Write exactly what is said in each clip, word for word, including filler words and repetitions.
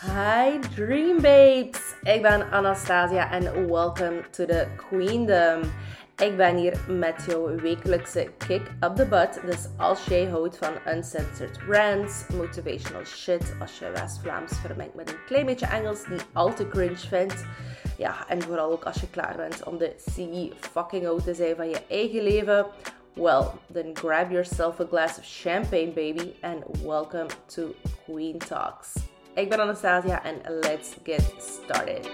Hi Dream Babes, ik ben Anastasia en welcome to the Queendom. Ik ben hier met jouw wekelijkse kick up the butt. Dus als jij houdt van uncensored rants, motivational shit, als je West-Vlaams vermengt met een klein beetje Engels, die al te cringe vindt. Ja, en vooral ook als je klaar bent om de C E fucking out te zijn van je eigen leven. Well, then grab yourself a glass of champagne, baby, and welcome to Queen Talks. Ik ben Anastasia en let's get started.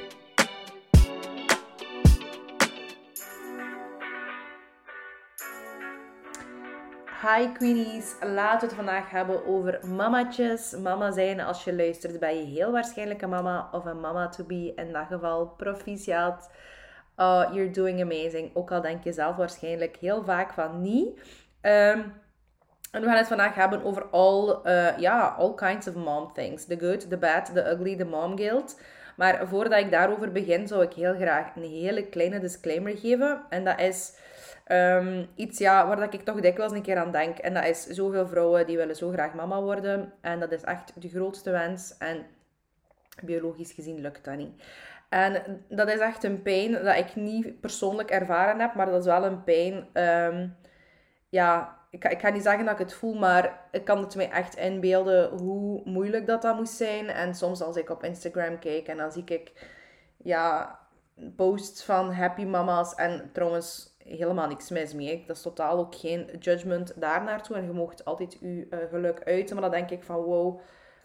Hi Queenies, laten we het vandaag hebben over mamatjes. Mama zijn, als je luistert, ben je heel waarschijnlijk een mama of een mama to be. In dat geval proficiat. Uh, you're doing amazing. Ook al denk je zelf waarschijnlijk heel vaak van niet. Um, en we gaan het vandaag hebben over all, uh, yeah, all kinds of mom things. The good, the bad, the ugly, the mom guilt. Maar voordat ik daarover begin, zou ik heel graag een hele kleine disclaimer geven. En dat is um, iets ja, waar ik toch dikwijls een keer aan denk. En dat is zoveel vrouwen die willen zo graag mama worden. En dat is echt de grootste wens. En biologisch gezien lukt dat niet. En dat is echt een pijn dat ik niet persoonlijk ervaren heb. Maar dat is wel een pijn... Um, ja... Ik, ik ga niet zeggen dat ik het voel, maar ik kan het me echt inbeelden hoe moeilijk dat dat moest zijn. En soms als ik op Instagram kijk en dan zie ik ja, posts van happy mama's. En trouwens helemaal niks mis mee. Dat is totaal ook geen judgment daar naartoe. En je mag altijd je uh, geluk uiten. Maar dan denk ik van wow,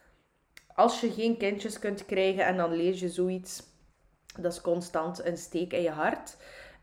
als je geen kindjes kunt krijgen en dan lees je zoiets, dat is constant een steek in je hart.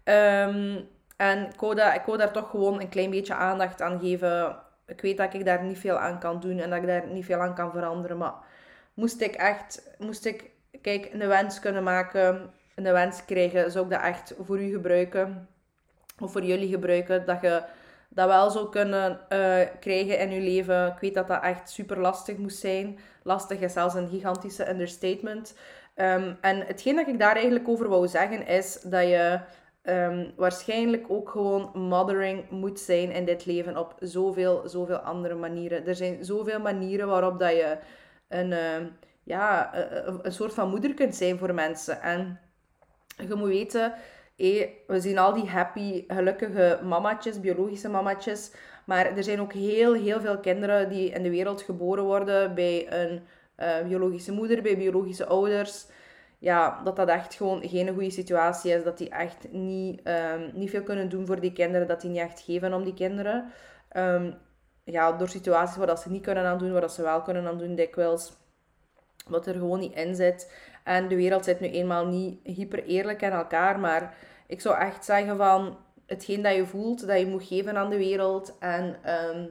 Um, En ik wou, dat, ik wou daar toch gewoon een klein beetje aandacht aan geven. Ik weet dat ik daar niet veel aan kan doen en dat ik daar niet veel aan kan veranderen. Maar moest ik echt, moest ik, kijk, een wens kunnen maken, een wens krijgen, zou ik dat echt voor u gebruiken. Of voor jullie gebruiken. Dat je dat wel zou kunnen uh, krijgen in je leven. Ik weet dat dat echt super lastig moest zijn. Lastig is zelfs een gigantische understatement. Um, en hetgeen dat ik daar eigenlijk over wou zeggen is dat je... Um, waarschijnlijk ook gewoon mothering moet zijn in dit leven op zoveel, zoveel andere manieren. Er zijn zoveel manieren waarop dat je een, uh, ja, een, een soort van moeder kunt zijn voor mensen. En je moet weten, hey, we zien al die happy, gelukkige mamatjes, biologische mamatjes. Maar er zijn ook heel, heel veel kinderen die in de wereld geboren worden bij een uh, biologische moeder, bij biologische ouders. Ja, dat dat echt gewoon geen goede situatie is. Dat die echt niet, um, niet veel kunnen doen voor die kinderen. Dat die niet echt geven om die kinderen. Um, ja, door situaties waar dat ze niet kunnen aan doen, waar dat ze wel kunnen aan doen dikwijls. Wat er gewoon niet in zit. En de wereld zit nu eenmaal niet hyper eerlijk in elkaar. Maar ik zou echt zeggen van... Hetgeen dat je voelt, dat je moet geven aan de wereld. En... Um,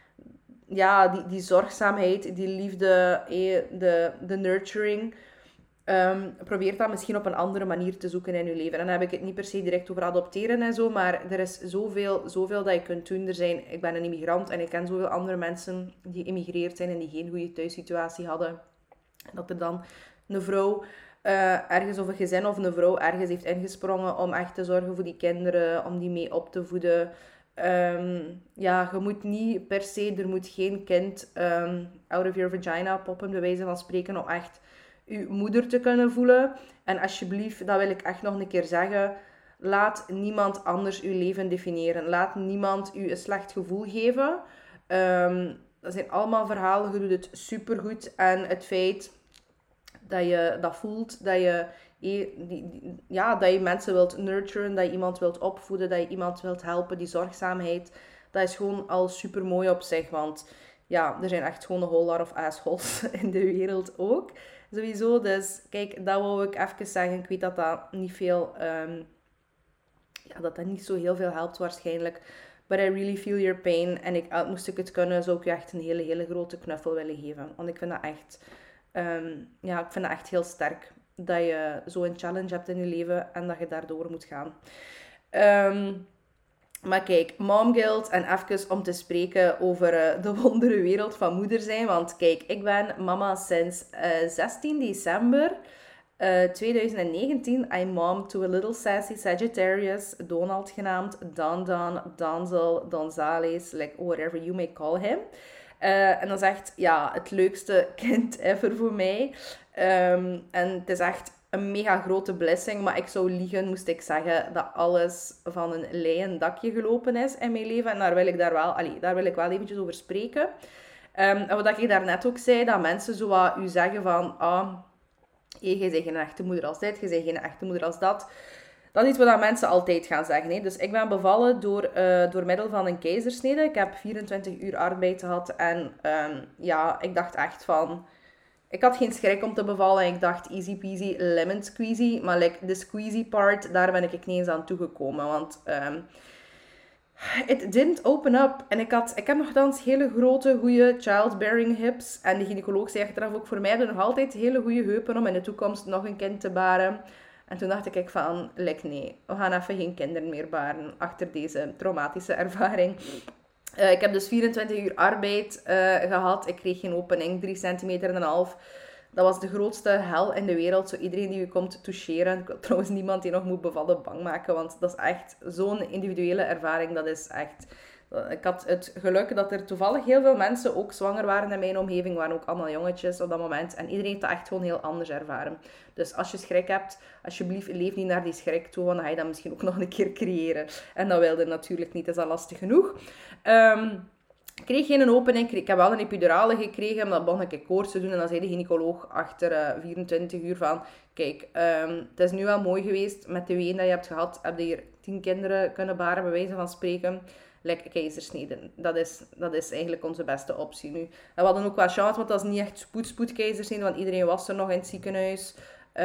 ja, die, die zorgzaamheid, die liefde, de, de nurturing... Um, probeer dat misschien op een andere manier te zoeken in je leven. En dan heb ik het niet per se direct over adopteren en zo, maar er is zoveel, zoveel dat je kunt doen. Er zijn, ik ben een immigrant en ik ken zoveel andere mensen die geïmmigreerd zijn en die geen goede thuissituatie hadden. Dat er dan een vrouw uh, ergens, of een gezin of een vrouw ergens heeft ingesprongen om echt te zorgen voor die kinderen, om die mee op te voeden. Um, ja, je moet niet per se, er moet geen kind um, out of your vagina poppen, bij wijze van spreken, om echt... uw moeder te kunnen voelen. En alsjeblieft, dat wil ik echt nog een keer zeggen, laat niemand anders uw leven definiëren. Laat niemand u een slecht gevoel geven. Um, dat zijn allemaal verhalen, je doet het supergoed. En het feit dat je dat voelt, dat je, die, die, ja, dat je mensen wilt nurturen, dat je iemand wilt opvoeden, dat je iemand wilt helpen, die zorgzaamheid, dat is gewoon al super mooi op zich. Want ja, er zijn echt gewoon een whole lot of assholes in de wereld ook. Sowieso, dus kijk, dat wou ik even zeggen. Ik weet dat dat niet veel, um, ja, dat dat niet zo heel veel helpt waarschijnlijk. But I really feel your pain. En ik, moest ik het kunnen, zou ik je echt een hele, hele grote knuffel willen geven. Want ik vind dat echt, um, ja, ik vind dat echt heel sterk. Dat je zo'n challenge hebt in je leven en dat je daardoor moet gaan. Um, Maar kijk, mom guilt en even om te spreken over uh, de wondere wereld van moeder zijn. Want kijk, ik ben mama sinds uh, zestien december uh, twintig negentien. I'm mom to a little sassy Sagittarius, Donald genaamd, Don Don, Donzel, Donzales, like whatever you may call him. Uh, en dat is echt ja, het leukste kind ever voor mij. Um, en het is echt een mega grote blessing. Maar ik zou liegen, moest ik zeggen dat alles van een leien dakje gelopen is in mijn leven. En daar wil ik, daar wel, allee, daar wil ik wel eventjes over spreken. Um, en wat ik daarnet ook zei, dat mensen zo wat u zeggen van... Ah, hey, jij bent geen echte moeder als dit, jij bent geen echte moeder als dat... Dat is iets wat mensen altijd gaan zeggen. Hè. Dus ik ben bevallen door, uh, door middel van een keizersnede. Ik heb vierentwintig uur arbeid gehad. En um, ja, ik dacht echt van... Ik had geen schrik om te bevallen. Ik dacht easy peasy, lemon squeezy. Maar like, de squeezy part, daar ben ik niet eens aan toegekomen. Want um, it didn't open up. En ik, had, ik heb nogthans hele grote, goede childbearing hips. En de gynaecoloog zei achteraf ook voor mij nog altijd hele goede heupen om in de toekomst nog een kind te baren. En toen dacht ik van, like, nee, we gaan even geen kinderen meer baren achter deze traumatische ervaring. Uh, ik heb dus vierentwintig uur arbeid uh, gehad. Ik kreeg geen opening, drie centimeter en een half. Dat was de grootste hel in de wereld. Zo iedereen die u komt toucheren. Ik wil trouwens niemand die nog moet bevallen bang maken. Want dat is echt zo'n individuele ervaring. Dat is echt... Ik had het geluk dat er toevallig heel veel mensen ook zwanger waren in mijn omgeving. Waren ook allemaal jongetjes op dat moment. En iedereen heeft dat echt gewoon heel anders ervaren. Dus als je schrik hebt, alsjeblieft leef niet naar die schrik toe. Want dan ga je dat misschien ook nog een keer creëren. En dat wilde natuurlijk niet. Dat is al lastig genoeg. Um, ik kreeg geen opening. Ik heb wel een epidurale gekregen. Maar dat begon ik koorts te doen. En dan zei de gynaecoloog achter uh, vierentwintig uur van... Kijk, um, het is nu wel mooi geweest met de ween dat je hebt gehad. Heb je hier tien kinderen kunnen baren, bij wijze van spreken. Like keizersneden. Dat is, dat is eigenlijk onze beste optie nu. En we hadden ook wel chance, want dat is niet echt spoed-spoed keizersneden, want iedereen was er nog in het ziekenhuis.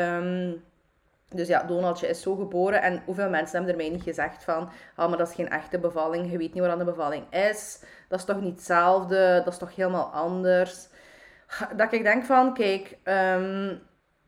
Um, dus ja, Donaldje is zo geboren. En hoeveel mensen hebben er mij niet gezegd van, ah, maar dat is geen echte bevalling. Je weet niet wat aan de bevalling is. Dat is toch niet hetzelfde. Dat is toch helemaal anders. Dat ik denk van, kijk... Um,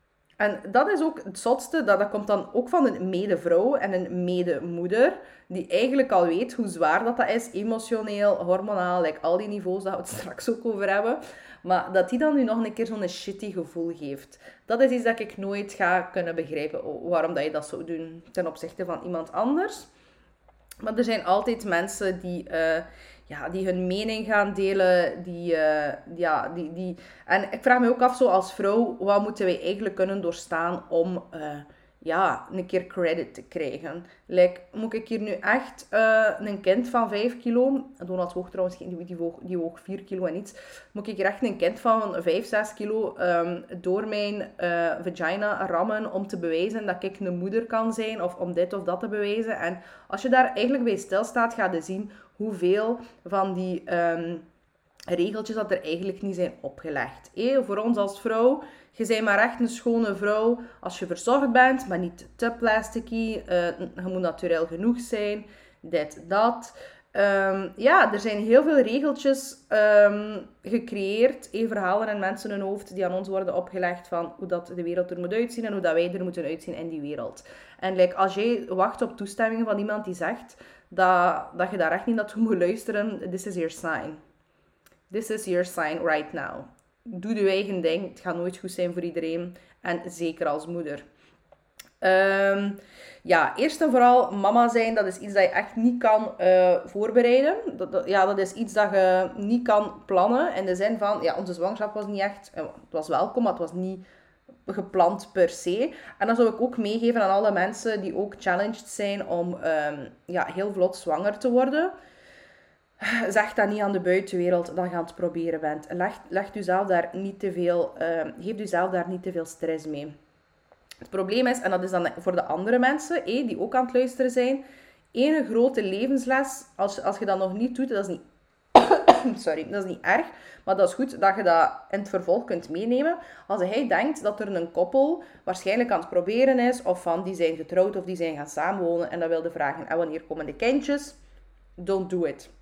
En dat is ook het zotste, dat, dat komt dan ook van een medevrouw en een medemoeder, die eigenlijk al weet hoe zwaar dat, dat is, emotioneel, hormonaal, like al die niveaus, daar we het straks ook over hebben. Maar dat die dan nu nog een keer zo'n shitty gevoel geeft. Dat is iets dat ik nooit ga kunnen begrijpen, waarom dat je dat zou doen ten opzichte van iemand anders. Maar er zijn altijd mensen die... Uh, Ja, die hun mening gaan delen. Die, uh, ja, die, die... En ik vraag me ook af, zo als vrouw, wat moeten wij eigenlijk kunnen doorstaan om uh, ja, een keer credit te krijgen? Like, moet ik hier nu echt uh, een kind van vijf kilo... Donald woog trouwens, die, die, woog, die woog vier kilo en iets. Moet ik hier echt een kind van vijf, zes kilo um, door mijn uh, vagina rammen om te bewijzen dat ik een moeder kan zijn? Of om dit of dat te bewijzen? En als je daar eigenlijk bij stilstaat, ga je zien... hoeveel van die um, regeltjes dat er eigenlijk niet zijn opgelegd. Hey, voor ons als vrouw, je bent maar echt een schone vrouw als je verzorgd bent, maar niet te plasticky. Uh, je moet natuurlijk genoeg zijn, dit, dat. Um, ja, er zijn heel veel regeltjes um, gecreëerd, hey, verhalen en mensen in hun hoofd die aan ons worden opgelegd van hoe dat de wereld er moet uitzien en hoe dat wij er moeten uitzien in die wereld. En like, als jij wacht op toestemming van iemand die zegt... Dat, dat je daar echt niet naartoe moet luisteren. This is your sign. This is your sign right now. Doe je eigen ding. Het gaat nooit goed zijn voor iedereen. En zeker als moeder. Um, ja, eerst en vooral mama zijn. Dat is iets dat je echt niet kan uh, voorbereiden. Dat, dat, ja, dat is iets dat je niet kan plannen. In de zin van, ja, onze zwangerschap was niet echt... Het was welkom, maar het was niet... gepland per se. En dan zou ik ook meegeven aan alle mensen die ook challenged zijn om um, ja, heel vlot zwanger te worden. Zeg dat niet aan de buitenwereld dat je aan het proberen bent. Leg, leg jezelf daar niet te veel, uh, geef jezelf daar niet te veel stress mee. Het probleem is, en dat is dan voor de andere mensen eh, die ook aan het luisteren zijn, één grote levensles, als, als je dat nog niet doet, dat is niet Sorry, dat is niet erg, maar dat is goed dat je dat in het vervolg kunt meenemen. Als hij denkt dat er een koppel waarschijnlijk aan het proberen is, of van die zijn getrouwd of die zijn gaan samenwonen en dat wilde vragen, en wanneer komen de kindjes? Don't do it.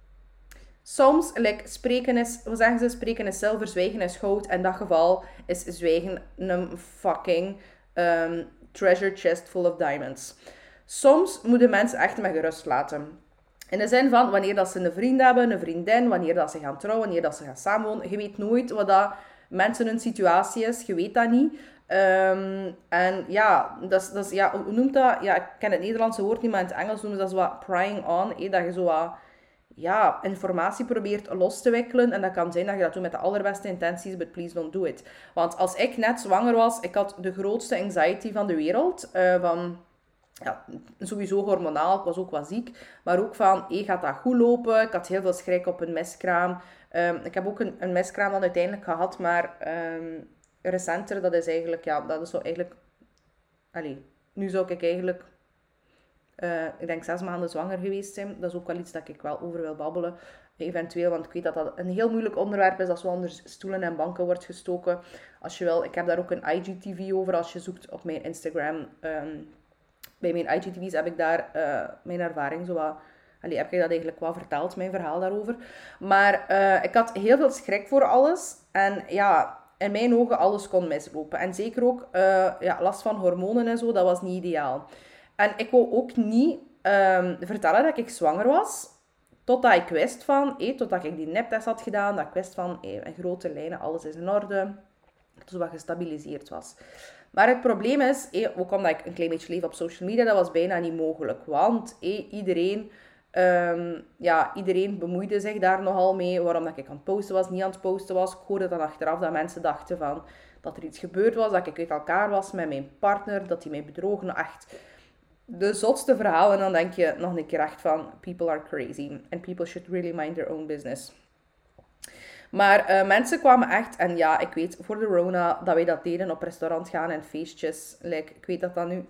Soms, like, spreken is, hoe zeggen ze, spreken is zilver, zwijgen is goud. In dat geval is zwijgen een fucking um, treasure chest full of diamonds. Soms moeten mensen echt met gerust laten. In de zin van, wanneer dat ze een vriend hebben, een vriendin, wanneer dat ze gaan trouwen, wanneer dat ze gaan samenwonen. Je weet nooit wat dat mensen hun situatie is. Je weet dat niet. Um, en ja, dat is, dat is, ja, hoe noemt dat? Ja, ik ken het Nederlandse woord niet, maar in het Engels noemen ze dat zo wat prying on. Eh, dat je zo wat, ja, informatie probeert los te wikkelen. En dat kan zijn dat je dat doet met de allerbeste intenties, but please don't do it. Want als ik net zwanger was, ik had de grootste anxiety van de wereld. Uh, van, ja, sowieso hormonaal, ik was ook wat ziek. Maar ook van, hey, gaat dat goed lopen? Ik had heel veel schrik op een miskraam. Um, ik heb ook een, een miskraam dan uiteindelijk gehad, maar um, recenter, dat is eigenlijk, ja, dat is zo eigenlijk... Allee, nu zou ik eigenlijk... Uh, ik denk zes maanden zwanger geweest zijn. Dat is ook wel iets dat ik wel over wil babbelen. Eventueel, want ik weet dat dat een heel moeilijk onderwerp is. Als wel onder stoelen en banken wordt gestoken. Als je wil, ik heb daar ook een I G T V over. Als je zoekt op mijn Instagram. Um, bij mijn I G T V's heb ik daar uh, mijn ervaring zo wat... Allee, heb ik dat eigenlijk wel verteld, mijn verhaal daarover. Maar uh, ik had heel veel schrik voor alles. En ja... in mijn ogen alles kon mislopen. En zeker ook uh, ja, last van hormonen en zo, dat was niet ideaal. En ik wou ook niet um, vertellen dat ik zwanger was, totdat ik wist van, hey, totdat ik die neptest had gedaan, dat ik wist van, hey, in grote lijnen, alles is in orde, dat het wat gestabiliseerd was. Maar het probleem is, hey, ook omdat ik een klein beetje leef op social media, dat was bijna niet mogelijk. Want hey, iedereen... Um, ja, iedereen bemoeide zich daar nogal mee, waarom dat ik aan het posten was, niet aan het posten was. Ik hoorde dan achteraf dat mensen dachten van, dat er iets gebeurd was, dat ik uit elkaar was met mijn partner, dat hij mij bedrogen. Echt de zotste verhalen. En dan denk je nog een keer echt van, people are crazy. And people should really mind their own business. Maar uh, mensen kwamen echt, en ja, ik weet voor de Rona dat wij dat deden op restaurant gaan en feestjes. Like, ik weet dat dat nu...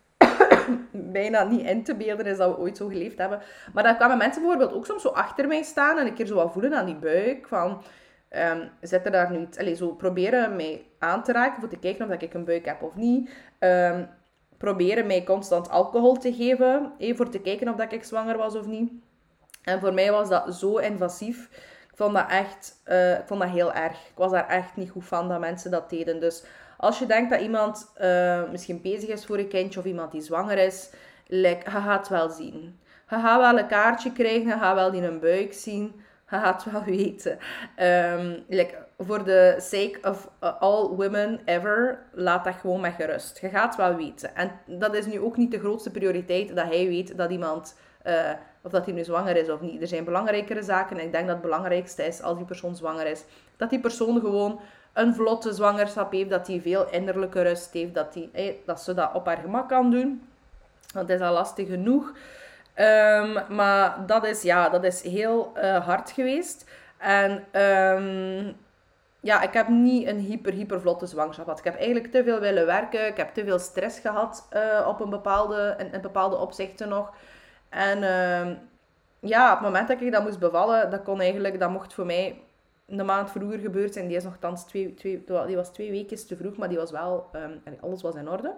bijna niet in te beelden is dat we ooit zo geleefd hebben. Maar dan kwamen mensen bijvoorbeeld ook soms zo achter mij staan en een keer zo wat voelen aan die buik. Van, um, zit er daar nu iets... Allee, zo proberen mij aan te raken voor te kijken of ik een buik heb of niet. Um, proberen mij constant alcohol te geven. Hey, voor te kijken of ik zwanger was of niet. En voor mij was dat zo invasief. Ik vond dat echt... Uh, ik vond dat heel erg. Ik was daar echt niet goed van dat mensen dat deden. Dus... Als je denkt dat iemand uh, misschien bezig is voor een kindje of iemand die zwanger is, like, je gaat het wel zien. Je gaat wel een kaartje krijgen, je gaat wel in een buik zien, je gaat het wel weten. Um, like, voor the sake of all women ever, laat dat gewoon met gerust. Je gaat het wel weten. En dat is nu ook niet de grootste prioriteit, dat hij weet dat iemand, uh, of dat hij nu zwanger is of niet. Er zijn belangrijkere zaken en ik denk dat het belangrijkste is, als die persoon zwanger is, dat die persoon gewoon... een vlotte zwangerschap heeft, dat hij veel innerlijke rust heeft, dat, die, hey, dat ze dat op haar gemak kan doen. Want het is al lastig genoeg. Um, maar dat is, ja, dat is heel uh, hard geweest. En um, ja, ik heb niet een hyper, hyper vlotte zwangerschap gehad. Ik heb eigenlijk te veel willen werken. Ik heb te veel stress gehad uh, op een bepaalde, in, in bepaalde opzichten nog. En uh, ja, op het moment dat ik dat moest bevallen, dat kon eigenlijk, dat mocht voor mij... een maand vroeger gebeurd zijn. Die is nogthans twee, twee, die was twee weken te vroeg, maar die was wel, um, alles was in orde.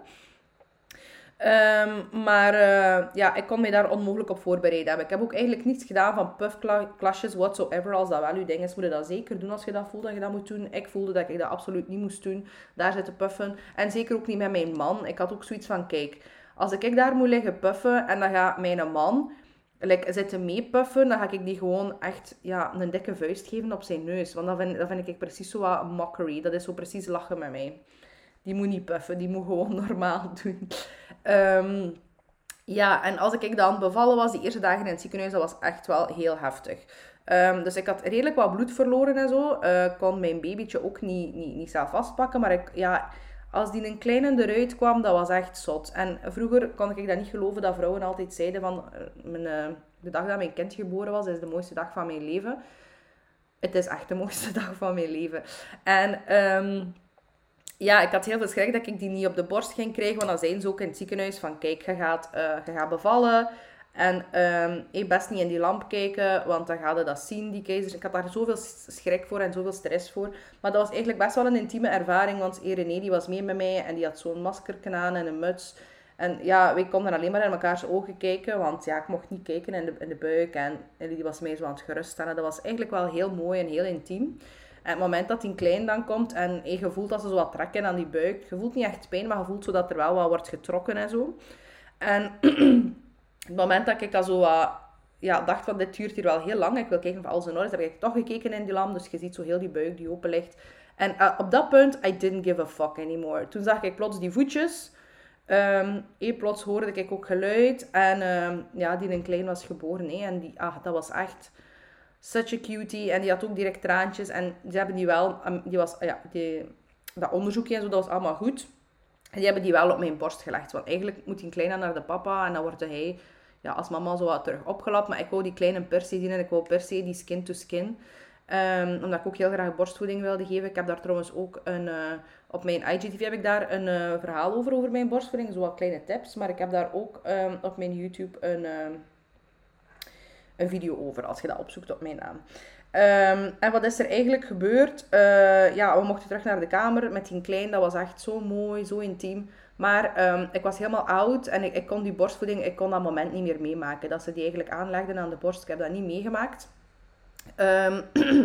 Um, maar uh, ja, ik kon mij daar onmogelijk op voorbereiden hebben. Ik heb ook eigenlijk niets gedaan van puffklasjes, whatsoever. Als dat wel uw ding is, moet je dat zeker doen als je dat voelt dat je dat moet doen. Ik voelde dat ik dat absoluut niet moest doen. Daar zitten puffen. En zeker ook niet met mijn man. Ik had ook zoiets van, kijk, als ik daar moet liggen puffen en dan gaat mijn man... Like, zitten meepuffen, dan ga ik die gewoon echt ja, een dikke vuist geven op zijn neus. Want dat vind, dat vind ik precies zo wat mockery. Dat is zo precies lachen met mij. Die moet niet puffen, die moet gewoon normaal doen. Um, ja, en als ik dan bevallen was, die eerste dagen in het ziekenhuis, dat was echt wel heel heftig. Um, dus ik had redelijk wat bloed verloren en zo. Uh, ik kon mijn babytje ook niet, niet, niet zelf vastpakken, maar ik... ja. Als die een kleine eruit kwam, dat was echt zot. En vroeger kon ik dat niet geloven dat vrouwen altijd zeiden van... Mijn, uh, de dag dat mijn kind geboren was, is de mooiste dag van mijn leven. Het is echt de mooiste dag van mijn leven. En um, ja, ik had heel veel schrik dat ik die niet op de borst ging krijgen. Want dan zeiden ze ook in het ziekenhuis van... Kijk, je gaat, uh, je gaat bevallen... En um, ik best niet in die lamp kijken, want dan ga je dat zien, die keizers. Ik had daar zoveel schrik voor en zoveel stress voor. Maar dat was eigenlijk best wel een intieme ervaring, want René die was mee met mij en die had zo'n maskerken aan en een muts. En ja, wij konden alleen maar in mekaars ogen kijken, want ja, ik mocht niet kijken in de, in de buik. En, en die was mij zo aan het geruststellen. Dat was eigenlijk wel heel mooi en heel intiem. En het moment dat die klein dan komt en je voelt dat ze zo wat trekken aan die buik. Je voelt niet echt pijn, maar je voelt zo dat er wel wat wordt getrokken en zo. En... het moment dat ik al zo uh, ja, dacht van dit duurt hier wel heel lang, ik wil kijken of alles in orde is, heb ik toch gekeken in die lamp, dus je ziet zo heel die buik die open ligt. En uh, op dat punt, I didn't give a fuck anymore. Toen zag ik plots die voetjes Um, hey, plots hoorde ik ook geluid. En um, ja, die een klein was geboren. Hey, en die, ah, dat was echt such a cutie. En die had ook direct traantjes. En die hebben die wel... Um, die was, ja, die, dat onderzoekje en zo, dat was allemaal goed. En die hebben die wel op mijn borst gelegd. Want eigenlijk moet die kleine naar de papa. En dan wordt hij ja, als mama zo wat terug opgelapt. Maar ik wou die kleine per se zien. En ik wou per se die skin to skin. Um, omdat ik ook heel graag borstvoeding wilde geven. Ik heb daar trouwens ook een... Uh, op mijn I G T V heb ik daar een uh, verhaal over, over mijn borstvoeding. Zo wat kleine tips. Maar ik heb daar ook um, op mijn YouTube een, um, een video over. Als je dat opzoekt op mijn naam. Um, en wat is er eigenlijk gebeurd? Uh, ja, we mochten terug naar de kamer met die klein. Dat was echt zo mooi, zo intiem. Maar um, ik was helemaal oud en ik, ik kon die borstvoeding, ik kon dat moment niet meer meemaken. Dat ze die eigenlijk aanlegden aan de borst. Ik heb dat niet meegemaakt. Um,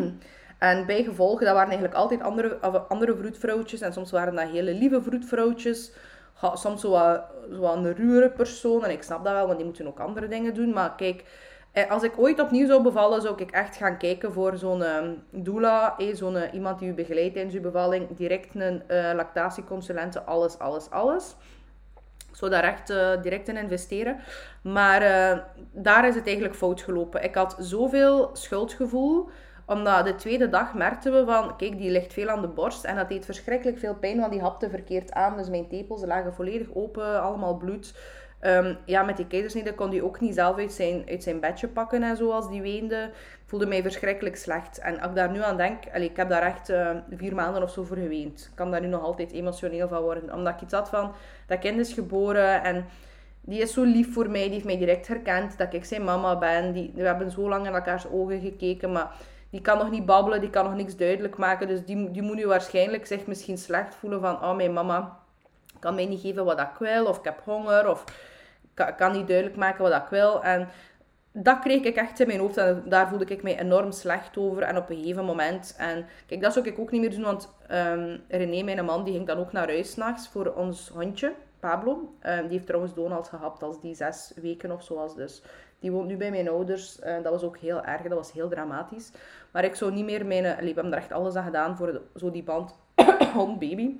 en bij gevolg, dat waren eigenlijk altijd andere, andere vroedvrouwtjes. En soms waren dat hele lieve vroedvrouwtjes. Soms zo wat, zo wat een ruwere persoon. En ik snap dat wel, want die moeten ook andere dingen doen. Maar kijk, als ik ooit opnieuw zou bevallen, zou ik echt gaan kijken voor zo'n um, doula. Eh, zo'n uh, iemand die u begeleidt tijdens uw bevalling. Direct een uh, lactatieconsulente, alles, alles, alles. Ik zou daar echt uh, direct in investeren. Maar uh, daar is het eigenlijk fout gelopen. Ik had zoveel schuldgevoel. Omdat de tweede dag merkten we van... Kijk, die ligt veel aan de borst. En dat deed verschrikkelijk veel pijn. Want die hapte verkeerd aan. Dus mijn tepels lagen volledig open. Allemaal bloed. Um, ja, met die keizersnede kon hij ook niet zelf uit zijn, uit zijn bedje pakken en zo als die weende. Ik voelde mij verschrikkelijk slecht. En als ik daar nu aan denk, allee, ik heb daar echt uh, vier maanden of zo voor geweend. Ik kan daar nu nog altijd emotioneel van worden. Omdat ik iets had van, dat kind is geboren en die is zo lief voor mij. Die heeft mij direct herkend dat ik zijn mama ben. Die, we hebben zo lang in elkaars ogen gekeken, maar die kan nog niet babbelen, die kan nog niks duidelijk maken. Dus die, die moet nu waarschijnlijk zich misschien slecht voelen van, oh, mijn mama kan mij niet geven wat ik wil, of ik heb honger, of ik kan niet duidelijk maken wat ik wil. En dat kreeg ik echt in mijn hoofd en daar voelde ik mij enorm slecht over. En op een gegeven moment, en kijk, dat zou ik ook niet meer doen, want um, René, mijn man, die ging dan ook naar huis 's nachts voor ons hondje, Pablo. Um, die heeft trouwens Donald gehad als die zes weken of zo was. Dus die woont nu bij mijn ouders. Uh, dat was ook heel erg, dat was heel dramatisch. Maar ik zou niet meer mijn... Uh, we hebben er echt alles aan gedaan voor de, zo die band hond-baby.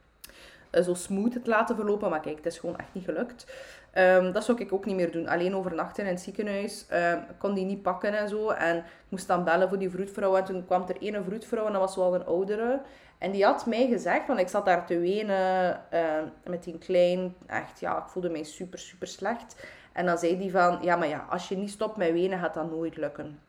Uh, zo smooth het laten verlopen, maar kijk, het is gewoon echt niet gelukt. Um, dat zou ik ook niet meer doen. Alleen overnachten in het ziekenhuis. Um, ik kon die niet pakken en zo. En ik moest dan bellen voor die vroedvrouw. En toen kwam er ene vroedvrouw en dat was wel een oudere. En die had mij gezegd, want ik zat daar te wenen uh, met die klein. Echt, ja, ik voelde mij super, super slecht. En dan zei die van, ja, maar ja, als je niet stopt met wenen, gaat dat nooit lukken.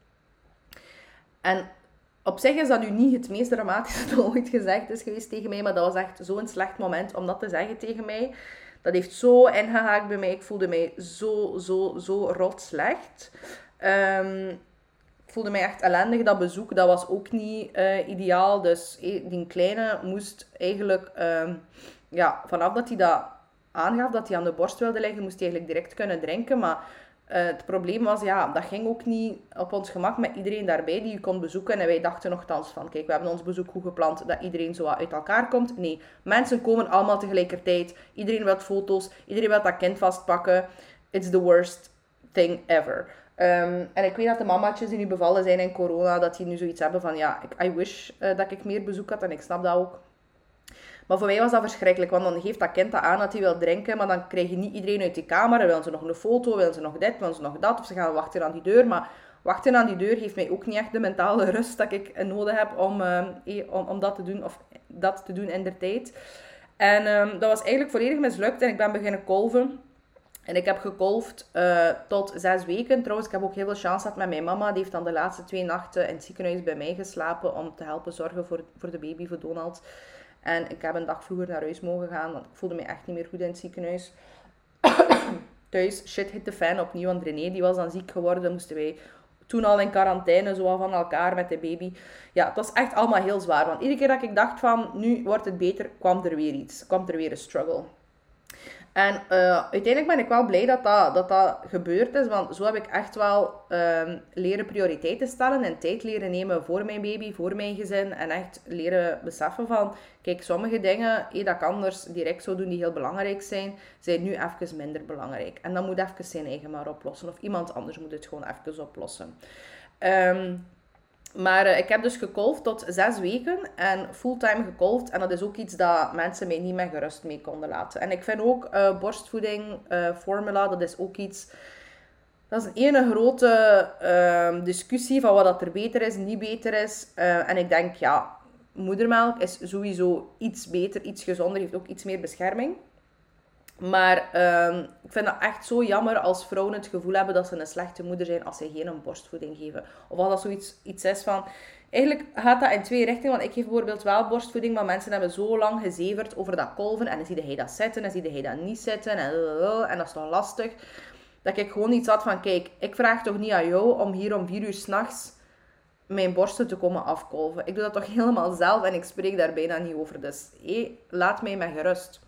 En op zich is dat nu niet het meest dramatische dat ooit gezegd is geweest tegen mij. Maar dat was echt zo'n slecht moment om dat te zeggen tegen mij. Dat heeft zo ingehaakt bij mij. Ik voelde mij zo, zo, zo rot slecht. Um, ik voelde mij echt ellendig. Dat bezoek, dat was ook niet uh, ideaal. Dus die kleine moest eigenlijk... Um, ja, vanaf dat hij dat aangaf, dat hij aan de borst wilde liggen, moest hij eigenlijk direct kunnen drinken. Maar uh, het probleem was, ja, dat ging ook niet op ons gemak met iedereen daarbij die je kon bezoeken. En wij dachten nogthans van, kijk, we hebben ons bezoek goed gepland, dat iedereen zo uit elkaar komt. Nee, mensen komen allemaal tegelijkertijd. Iedereen wil foto's, iedereen wil dat kind vastpakken. It's the worst thing ever. Um, en ik weet dat de mamaatjes die nu bevallen zijn in corona, dat die nu zoiets hebben van, ja, I wish uh, dat ik meer bezoek had. En ik snap dat ook. Maar voor mij was dat verschrikkelijk, want dan geeft dat kind dat aan dat hij wil drinken, maar dan krijg je niet iedereen uit die kamer. Dan willen ze nog een foto, willen ze nog dit, willen ze nog dat, of ze gaan wachten aan die deur. Maar wachten aan die deur geeft mij ook niet echt de mentale rust dat ik nodig heb om, uh, om, om dat te doen, of dat te doen in der tijd. En um, dat was eigenlijk volledig mislukt en ik ben beginnen kolven. En ik heb gekolfd uh, tot zes weken. Trouwens, ik heb ook heel veel chance gehad met mijn mama. Die heeft dan de laatste twee nachten in het ziekenhuis bij mij geslapen om te helpen zorgen voor, voor de baby, voor Donald. En ik heb een dag vroeger naar huis mogen gaan, want ik voelde me echt niet meer goed in het ziekenhuis. Thuis, shit hit the fan opnieuw, want René die was dan ziek geworden. Moesten wij toen al in quarantaine, zo van elkaar met de baby. Ja, het was echt allemaal heel zwaar. Want iedere keer dat ik dacht van, nu wordt het beter, kwam er weer iets. Kwam er weer een struggle. En uh, uiteindelijk ben ik wel blij dat dat, dat dat gebeurd is, want zo heb ik echt wel um, leren prioriteiten stellen en tijd leren nemen voor mijn baby, voor mijn gezin. En echt leren beseffen van, kijk, sommige dingen die ik anders direct zou doen die heel belangrijk zijn, zijn nu even minder belangrijk. En dan moet even zijn eigen maar oplossen, of iemand anders moet het gewoon even oplossen. Um, Maar uh, ik heb dus gekolfd tot zes weken en fulltime gekolfd. En dat is ook iets dat mensen mij niet met gerust mee konden laten. En ik vind ook uh, borstvoeding, uh, formula, dat is ook iets... Dat is een ene grote uh, discussie van wat dat er beter is, niet beter is. Uh, en ik denk, ja, moedermelk is sowieso iets beter, iets gezonder, heeft ook iets meer bescherming. Maar uh, ik vind dat echt zo jammer als vrouwen het gevoel hebben dat ze een slechte moeder zijn als ze geen borstvoeding geven. Of als dat zoiets iets is van... Eigenlijk gaat dat in twee richtingen, want ik geef bijvoorbeeld wel borstvoeding, maar mensen hebben zo lang gezeverd over dat kolven. En dan zie je hij dat zitten, en zie je hij dat niet zitten, en, en dat is toch lastig. Dat ik gewoon iets had van, kijk, ik vraag toch niet aan jou om hier om vier uur 's nachts mijn borsten te komen afkolven. Ik doe dat toch helemaal zelf en ik spreek daar bijna niet over. Dus hé, laat mij met gerust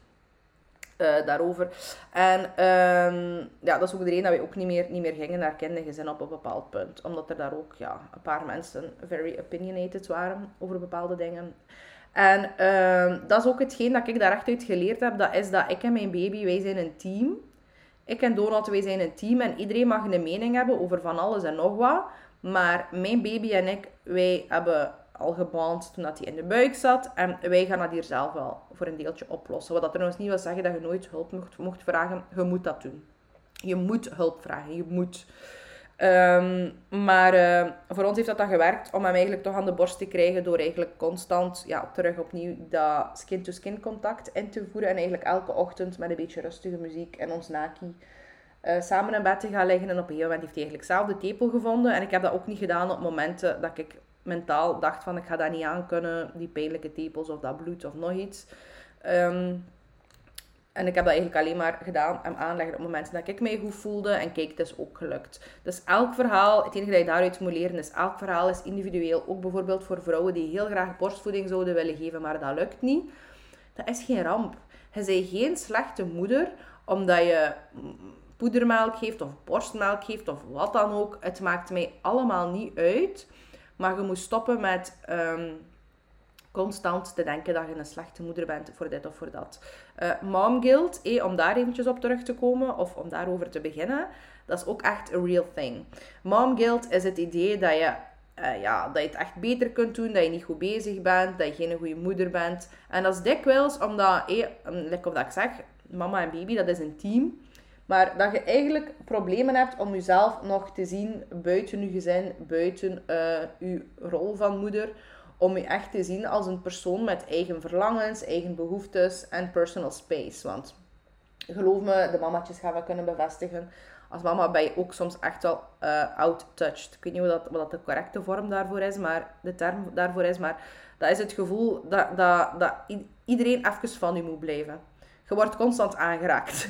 uh, daarover. En um, ja, dat is ook de reden dat wij ook niet meer, niet meer gingen naar kindergezin op een bepaald punt. Omdat er daar ook ja, een paar mensen very opinionated waren over bepaalde dingen. En um, dat is ook hetgeen dat ik daar echt uit geleerd heb. Dat is dat ik en mijn baby, wij zijn een team. Ik en Donald, wij zijn een team en iedereen mag een mening hebben over van alles en nog wat. Maar mijn baby en ik, wij hebben al geband toen dat hij in de buik zat. En wij gaan dat hier zelf wel voor een deeltje oplossen. Wat dat trouwens niet wil zeggen dat je nooit hulp mocht, mocht vragen. Je moet dat doen. Je moet hulp vragen. Je moet. Um, maar uh, voor ons heeft dat dan gewerkt om hem eigenlijk toch aan de borst te krijgen door eigenlijk constant ja, terug opnieuw dat skin-to-skin contact in te voeren. En eigenlijk elke ochtend met een beetje rustige muziek en ons naki uh, samen in bed te gaan liggen. En op een gegeven moment heeft hij eigenlijk zelf de tepel gevonden. En ik heb dat ook niet gedaan op momenten dat ik mentaal dacht van ik ga dat niet aankunnen, die pijnlijke tepels of dat bloed of nog iets. Um, En ik heb dat eigenlijk alleen maar gedaan en aanleggen op momenten dat ik mij goed voelde. En kijk, het is ook gelukt. Dus elk verhaal, het enige dat je daaruit moet leren is, elk verhaal is individueel. Ook bijvoorbeeld voor vrouwen die heel graag borstvoeding zouden willen geven, maar dat lukt niet. Dat is geen ramp. Je bent geen slechte moeder, omdat je poedermelk geeft of borstmelk geeft of wat dan ook. Het maakt mij allemaal niet uit. Maar je moet stoppen met... Um, constant te denken dat je een slechte moeder bent voor dit of voor dat. Uh, mom guilt, eh, om daar eventjes op terug te komen, of om daarover te beginnen, dat is ook echt a real thing. Mom guilt is het idee dat je, uh, ja, dat je het echt beter kunt doen, dat je niet goed bezig bent, dat je geen goede moeder bent. En dat is dikwijls omdat, eh, like of dat ik zeg, mama en baby, dat is een team. Maar dat je eigenlijk problemen hebt om jezelf nog te zien buiten je gezin, buiten uh, je rol van moeder, om je echt te zien als een persoon met eigen verlangens, eigen behoeftes en personal space. Want geloof me, de mamatjes gaan we kunnen bevestigen. Als mama ben je ook soms echt wel uh, out-touched. Ik weet niet wat, dat, wat dat de correcte vorm daarvoor is, maar de term daarvoor is. Maar dat is het gevoel dat, dat, dat iedereen even van je moet blijven. Je wordt constant aangeraakt.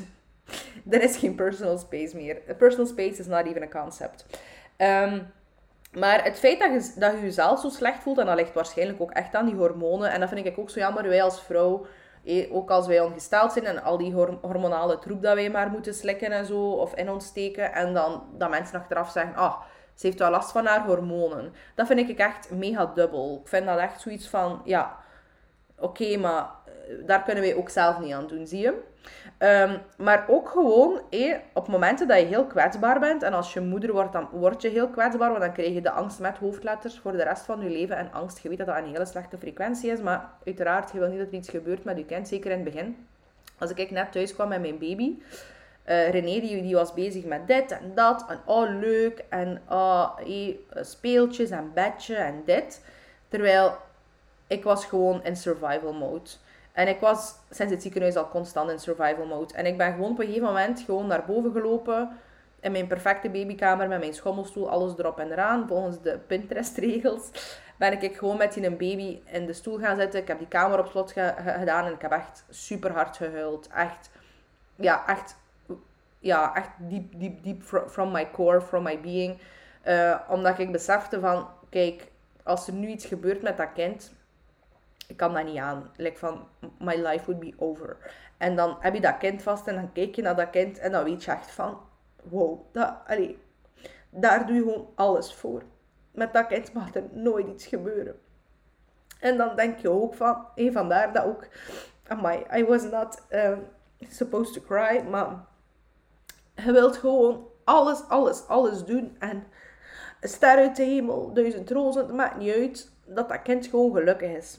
Er is geen personal space meer. Personal space is not even a concept. Um, Maar het feit dat je, dat je jezelf zo slecht voelt, en dat ligt waarschijnlijk ook echt aan die hormonen. En dat vind ik ook zo jammer, wij als vrouw, eh, ook als wij ongesteld zijn en al die hormonale troep dat wij maar moeten slikken en zo, of in ons steken. En dan dat mensen achteraf zeggen, ah, ze heeft wel last van haar hormonen. Dat vind ik echt mega dubbel. Ik vind dat echt zoiets van, ja, oké, okay, maar daar kunnen wij ook zelf niet aan doen, zie je? Um, maar ook gewoon, eh, op momenten dat je heel kwetsbaar bent, en als je moeder wordt, dan word je heel kwetsbaar, want dan krijg je de angst met hoofdletters voor de rest van je leven. En angst, je weet dat dat een hele slechte frequentie is, maar uiteraard, je wil niet dat er iets gebeurt met je kind, zeker in het begin. Als ik net thuis kwam met mijn baby, uh, René, die, die was bezig met dit en dat, en oh leuk, en oh, eh, speeltjes en bedje en dit. Terwijl ik was gewoon in survival mode. En ik was sinds het ziekenhuis al constant in survival mode. En ik ben gewoon op een gegeven moment gewoon naar boven gelopen. In mijn perfecte babykamer met mijn schommelstoel, alles erop en eraan. Volgens de Pinterest-regels ben ik gewoon met die baby in de stoel gaan zitten. Ik heb die kamer op slot ge- ge- gedaan en ik heb echt super hard gehuild. Echt, ja, echt, ja, echt diep, diep, diep from my core, from my being. Uh, omdat ik besefte van, kijk, als er nu iets gebeurt met dat kind... Ik kan dat niet aan. Like van, my life would be over. En dan heb je dat kind vast en dan kijk je naar dat kind en dan weet je echt van, wow, dat, allee, daar doe je gewoon alles voor. Met dat kind mag er nooit iets gebeuren. En dan denk je ook van, hey, vandaar dat ook, amai, I was not uh, supposed to cry, maar je wilt gewoon alles, alles, alles doen. En een ster uit de hemel, duizend rozen, het maakt niet uit, dat dat kind gewoon gelukkig is.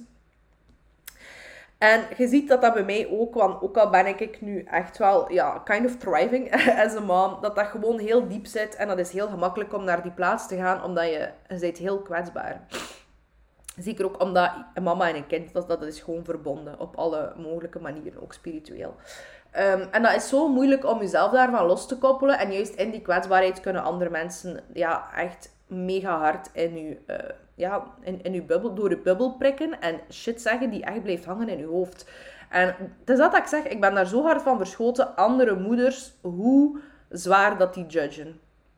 En je ziet dat dat bij mij ook, want ook al ben ik nu echt wel, ja, kind of thriving as a mom, dat dat gewoon heel diep zit en dat is heel gemakkelijk om naar die plaats te gaan, omdat je, je bent heel kwetsbaar. Zeker ook omdat een mama en een kind, dat, dat is gewoon verbonden op alle mogelijke manieren, ook spiritueel. Um, en dat is zo moeilijk om jezelf daarvan los te koppelen. En juist in die kwetsbaarheid kunnen andere mensen ja, echt mega hard in je, uh, ja, in, in je bubbel, door je bubbel prikken. En shit zeggen die echt blijft hangen in je hoofd. En het is dat ik zeg, ik ben daar zo hard van verschoten. Andere moeders, hoe zwaar dat die judgen.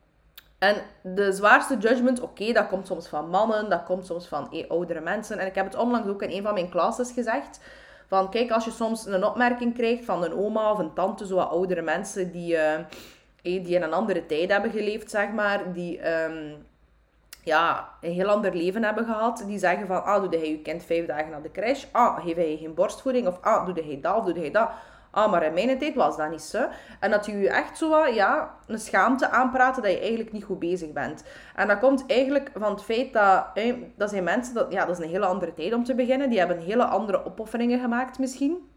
En de zwaarste judgment, oké, okay, dat komt soms van mannen, dat komt soms van eh, oudere mensen. En ik heb het onlangs ook in een van mijn classes gezegd. Van, kijk, als je soms een opmerking krijgt van een oma of een tante, zo wat oudere mensen die, uh, die in een andere tijd hebben geleefd, zeg maar. Die um, ja, een heel ander leven hebben gehad. Die zeggen van, ah, doe hij je kind vijf dagen naar de crash? Ah, geef hij geen borstvoeding? Of ah, doe hij dat of doe hij dat? Ah, maar in mijn tijd was dat niet zo. En dat je je echt zo wat, ja, een schaamte aanpraten dat je eigenlijk niet goed bezig bent. En dat komt eigenlijk van het feit dat, eh, dat zijn mensen, dat, ja, dat is een hele andere tijd om te beginnen. Die hebben hele andere opofferingen gemaakt misschien.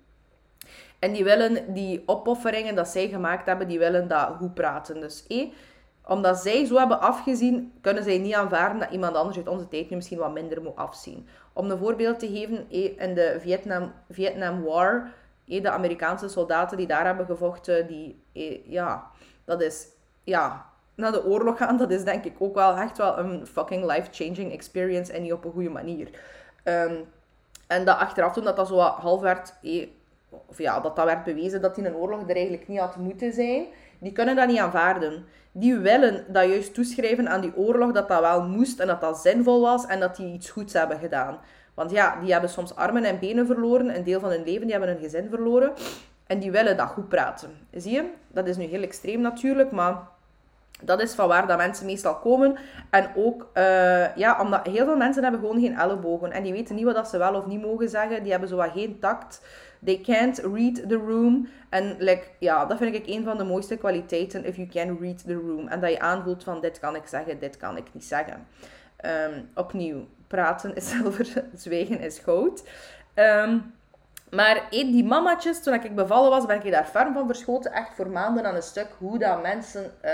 En die willen die opofferingen dat zij gemaakt hebben, die willen dat goed praten. Dus eh, omdat zij zo hebben afgezien, kunnen zij niet aanvaarden dat iemand anders uit onze tijd nu misschien wat minder moet afzien. Om een voorbeeld te geven, eh, in de Vietnam, Vietnam War... de Amerikaanse soldaten die daar hebben gevochten, die, ja, dat is, ja, naar de oorlog gaan, dat is denk ik ook wel echt wel een fucking life-changing experience en niet op een goede manier. Um, en dat achteraf toen dat dat zo half werd, of ja, dat dat werd bewezen dat in een oorlog er eigenlijk niet had moeten zijn, die kunnen dat niet aanvaarden. Die willen dat juist toeschrijven aan die oorlog, dat dat wel moest en dat dat zinvol was en dat die iets goeds hebben gedaan. Want ja, die hebben soms armen en benen verloren, een deel van hun leven, die hebben hun gezin verloren. En die willen dat goed praten. Zie je? Dat is nu heel extreem natuurlijk, maar dat is van waar dat mensen meestal komen. En ook, uh, ja, omdat heel veel mensen hebben gewoon geen ellebogen. En die weten niet wat ze wel of niet mogen zeggen. Die hebben zo wat geen tact. They can't read the room. En like, ja, dat vind ik een van de mooiste kwaliteiten, if you can read the room. En dat je aanvoelt van, dit kan ik zeggen, dit kan ik niet zeggen. Um, opnieuw. Praten is zilver, zwijgen is goud. Um, maar hey, die mamatjes, toen ik bevallen was, ben ik daar ferm van verschoten. Echt voor maanden aan een stuk. Hoe dat mensen uh,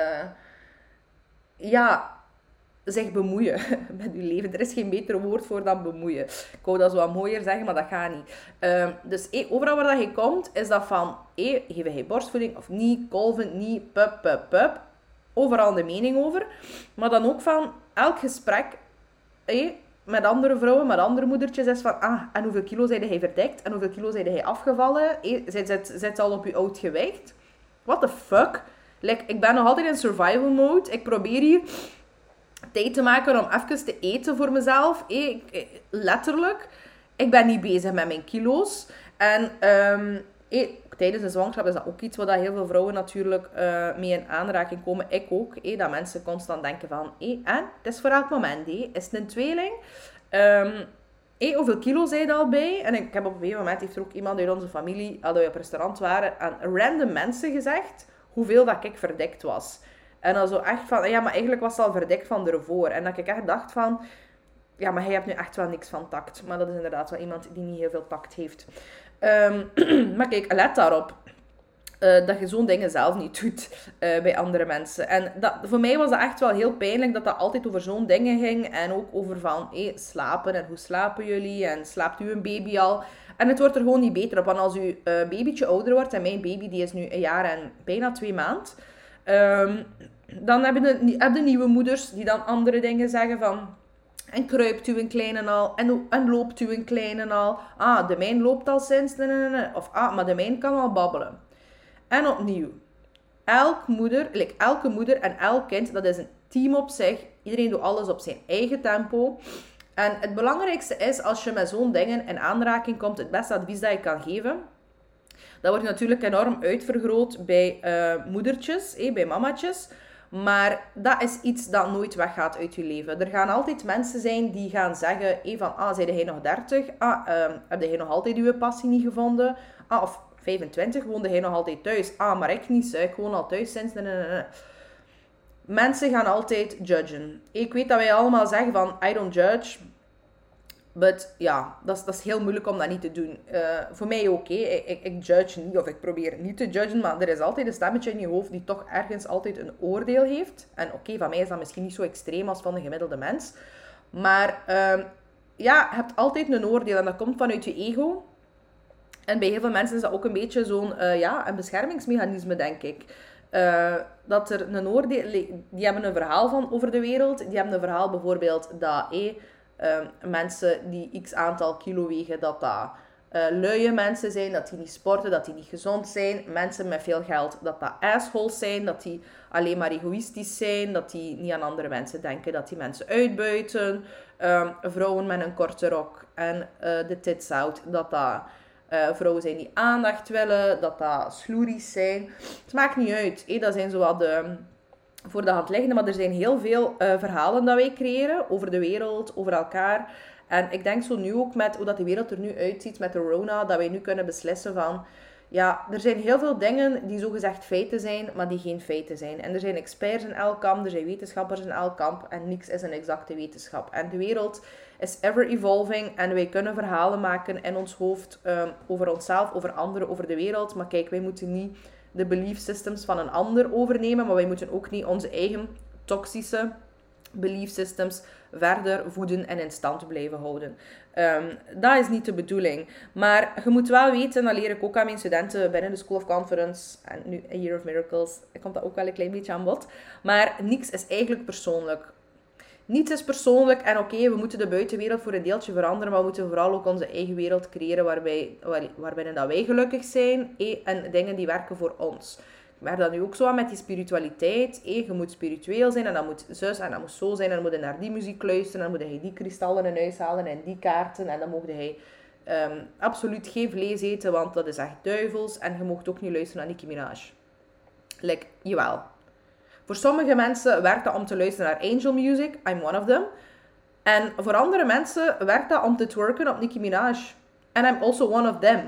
ja, zich bemoeien met je leven. Er is geen beter woord voor dan bemoeien. Ik wou dat zo wat mooier zeggen, maar dat gaat niet. Um, dus hey, overal waar dat je komt, is dat van, hey, geef je borstvoeding of niet, kolven, niet, pup, pup, pup. Overal de mening over. Maar dan ook van, elk gesprek... Hey, met andere vrouwen, met andere moedertjes, is van, ah, en hoeveel kilo zijn hij verdekt? En hoeveel kilo zijn hij afgevallen? Zit, zit, zit al op je oud gewicht? What the fuck? Like, ik ben nog altijd in survival mode. Ik probeer hier tijd te maken om even te eten voor mezelf. Ik, letterlijk. Ik ben niet bezig met mijn kilo's. En um, hey, tijdens een zwangerschap is dat ook iets waar heel veel vrouwen natuurlijk uh, mee in aanraking komen. Ik ook. Hey, dat mensen constant denken van, hey, en? Het is voor elk moment. Hey. Is het een tweeling? Um, hey, hoeveel kilo zijn er al bij? En ik heb op een gegeven moment, heeft er ook iemand uit onze familie, als we op restaurant waren, aan random mensen gezegd hoeveel dat ik verdekt was. En dan zo echt van, ja, maar eigenlijk was het al verdekt van ervoor. En dat ik echt dacht van, ja, maar hij hebt nu echt wel niks van tact. Maar dat is inderdaad wel iemand die niet heel veel tact heeft. Um, maar kijk, let daarop. Uh, dat je zo'n dingen zelf niet doet uh, bij andere mensen. En dat, voor mij was dat echt wel heel pijnlijk dat dat altijd over zo'n dingen ging. En ook over van, hey, slapen en hoe slapen jullie? En slaapt u een baby al? En het wordt er gewoon niet beter op. Want als uw uh, babytje ouder wordt, en mijn baby die is nu een jaar en bijna twee maanden. Um, dan hebben de, heb de nieuwe moeders die dan andere dingen zeggen van... En kruipt u een kleine al? En, en loopt u een kleine al? Ah, de mijn loopt al sinds... Nee, nee, nee. Of ah, maar de mijn kan al babbelen. En opnieuw. Elk moeder, like, elke moeder en elk kind, dat is een team op zich. Iedereen doet alles op zijn eigen tempo. En het belangrijkste is, als je met zo'n dingen in aanraking komt, het beste advies dat je kan geven... Dat wordt natuurlijk enorm uitvergroot bij uh, moedertjes, eh, bij mamatjes... Maar dat is iets dat nooit weggaat uit je leven. Er gaan altijd mensen zijn die gaan zeggen... Hey, van, ah, zei jij nog dertig? Ah, uh, heb jij nog altijd je passie niet gevonden? Ah, of vijfentwintig, woonde jij nog altijd thuis? Ah, maar ik niet, ik woon al thuis sinds... Nee, nee, nee. Mensen gaan altijd judgen. Ik weet dat wij allemaal zeggen van, I don't judge. But ja, dat is, dat is heel moeilijk om dat niet te doen. Uh, voor mij ook, okay. ik, ik, ik judge niet of ik probeer niet te judgen, maar er is altijd een stemmetje in je hoofd die toch ergens altijd een oordeel heeft. En oké, okay, van mij is dat misschien niet zo extreem als van de gemiddelde mens. Maar uh, ja, je hebt altijd een oordeel en dat komt vanuit je ego. En bij heel veel mensen is dat ook een beetje zo'n uh, ja, een beschermingsmechanisme, denk ik. Uh, dat er een oordeel... Die hebben een verhaal van over de wereld. Die hebben een verhaal bijvoorbeeld dat... Hey, Uh, mensen die x aantal kilo wegen, dat dat uh, luie mensen zijn, dat die niet sporten, dat die niet gezond zijn. Mensen met veel geld, dat dat assholes zijn, dat die alleen maar egoïstisch zijn, dat die niet aan andere mensen denken, dat die mensen uitbuiten. Uh, vrouwen met een korte rok en uh, de tits out, dat dat uh, vrouwen zijn die aandacht willen, dat dat sloeries zijn. Het maakt niet uit, hé? Dat zijn zowat de... voor de hand liggende, maar er zijn heel veel uh, verhalen dat wij creëren over de wereld, over elkaar. En ik denk zo nu ook met hoe dat de wereld er nu uitziet met de corona, dat wij nu kunnen beslissen van, ja, er zijn heel veel dingen die zogezegd feiten zijn, maar die geen feiten zijn. En er zijn experts in elk kamp, er zijn wetenschappers in elk kamp en niks is een exacte wetenschap. En de wereld is ever evolving en wij kunnen verhalen maken in ons hoofd um, over onszelf, over anderen, over de wereld. Maar kijk, wij moeten niet de belief systems van een ander overnemen, maar wij moeten ook niet onze eigen toxische belief systems verder voeden en in stand blijven houden. Um, dat is niet de bedoeling. Maar je moet wel weten, dat leer ik ook aan mijn studenten binnen de School of Conference en nu A Year of Miracles, komt dat ook wel een klein beetje aan bod. Maar niks is eigenlijk persoonlijk. Niets is persoonlijk en oké, okay, we moeten de buitenwereld voor een deeltje veranderen, maar we moeten vooral ook onze eigen wereld creëren waarbij, waar, waarbinnen dat wij gelukkig zijn eh, en dingen die werken voor ons. Ik merk dat nu ook zo aan met die spiritualiteit. Eh, je moet spiritueel zijn en dat moet zus en dat moet zo zijn en dan moet je naar die muziek luisteren en dan moet je die kristallen in huis halen en die kaarten en dan mocht je um, absoluut geen vlees eten, want dat is echt duivels en je mocht ook niet luisteren naar Nicki Minaj. Like, jawel. Voor sommige mensen werkt dat om te luisteren naar angel music. I'm one of them. En voor andere mensen werkt dat om te twerken op Nicki Minaj. And I'm also one of them.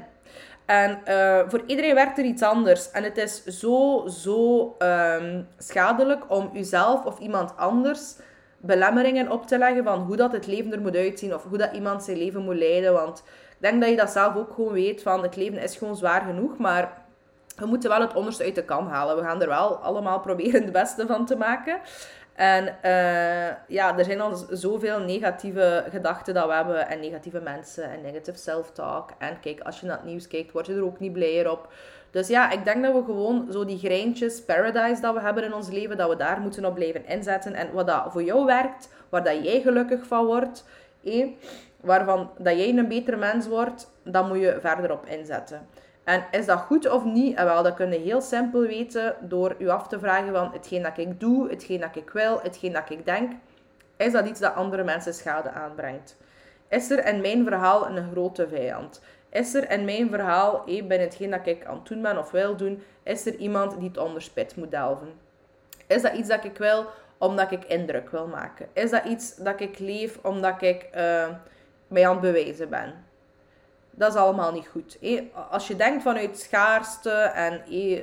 En uh, voor iedereen werkt er iets anders. En het is zo, zo um, schadelijk om uzelf of iemand anders belemmeringen op te leggen van hoe dat het leven er moet uitzien. Of hoe dat iemand zijn leven moet leiden. Want ik denk dat je dat zelf ook gewoon weet. Van het leven is gewoon zwaar genoeg. Maar we moeten wel het onderste uit de kan halen. We gaan er wel allemaal proberen het beste van te maken. En uh, ja, er zijn al zoveel negatieve gedachten dat we hebben. En negatieve mensen. En negative self-talk. En kijk, als je naar het nieuws kijkt, word je er ook niet blijer op. Dus ja, ik denk dat we gewoon zo die greintjes paradise dat we hebben in ons leven, dat we daar moeten op blijven inzetten. En wat dat voor jou werkt, waar dat jij gelukkig van wordt, eh, waarvan dat jij een betere mens wordt, dan moet je verder op inzetten. En is dat goed of niet? En wel, dat kun je heel simpel weten door je af te vragen van hetgeen dat ik doe, hetgeen dat ik wil, hetgeen dat ik denk. Is dat iets dat andere mensen schade aanbrengt? Is er in mijn verhaal een grote vijand? Is er in mijn verhaal, eh, bij hetgeen dat ik aan het doen ben of wil doen, is er iemand die het onderspit moet delven? Is dat iets dat ik wil omdat ik indruk wil maken? Is dat iets dat ik leef omdat ik uh, mij aan het bewijzen ben? Dat is allemaal niet goed. Als je denkt vanuit schaarste en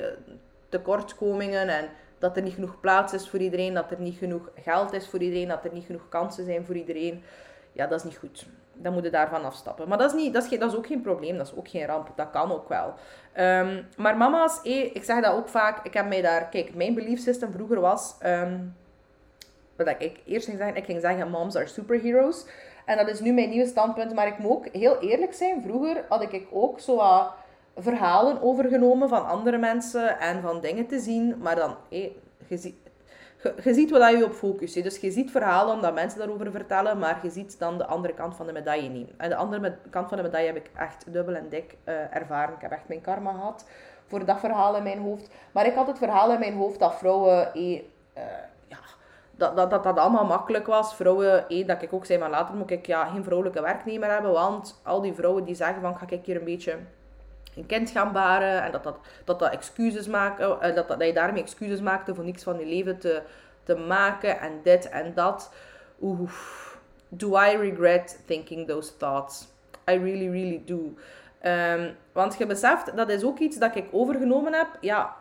tekortkomingen en dat er niet genoeg plaats is voor iedereen, dat er niet genoeg geld is voor iedereen, dat er niet genoeg kansen zijn voor iedereen, ja, dat is niet goed. Dan moet je daarvan afstappen. Maar dat is, niet, dat is, geen, dat is ook geen probleem, dat is ook geen ramp. Dat kan ook wel. Um, maar mama's, ik zeg dat ook vaak, ik heb mij daar... Kijk, mijn belief system vroeger was... Um, wat ik eerst ging zeggen, ik ging zeggen, moms are superheroes. En dat is nu mijn nieuwe standpunt. Maar ik moet ook heel eerlijk zijn. Vroeger had ik ook zo wat verhalen overgenomen van andere mensen. En van dingen te zien. Maar dan, hé, je, ziet, je, je ziet wat je op focust. Hè. Dus je ziet verhalen omdat mensen daarover vertellen. Maar je ziet dan de andere kant van de medaille niet. En de andere me- kant van de medaille heb ik echt dubbel en dik uh, ervaren. Ik heb echt mijn karma gehad voor dat verhaal in mijn hoofd. Maar ik had het verhaal in mijn hoofd dat vrouwen... Hé, uh, ja... Dat dat, dat dat allemaal makkelijk was. Vrouwen, eh, dat ik ook zei, maar later moet ik ja, geen vrouwelijke werknemer hebben. Want al die vrouwen die zeggen van, ga ik hier een beetje een kind gaan baren. En dat dat, dat, dat excuses maken, uh, dat, dat, dat je daarmee excuses maakte voor niks van je leven te, te maken. En dit en dat. Oeh, do I regret thinking those thoughts? I really, really do. Um, want je beseft, dat is ook iets dat ik overgenomen heb. Ja,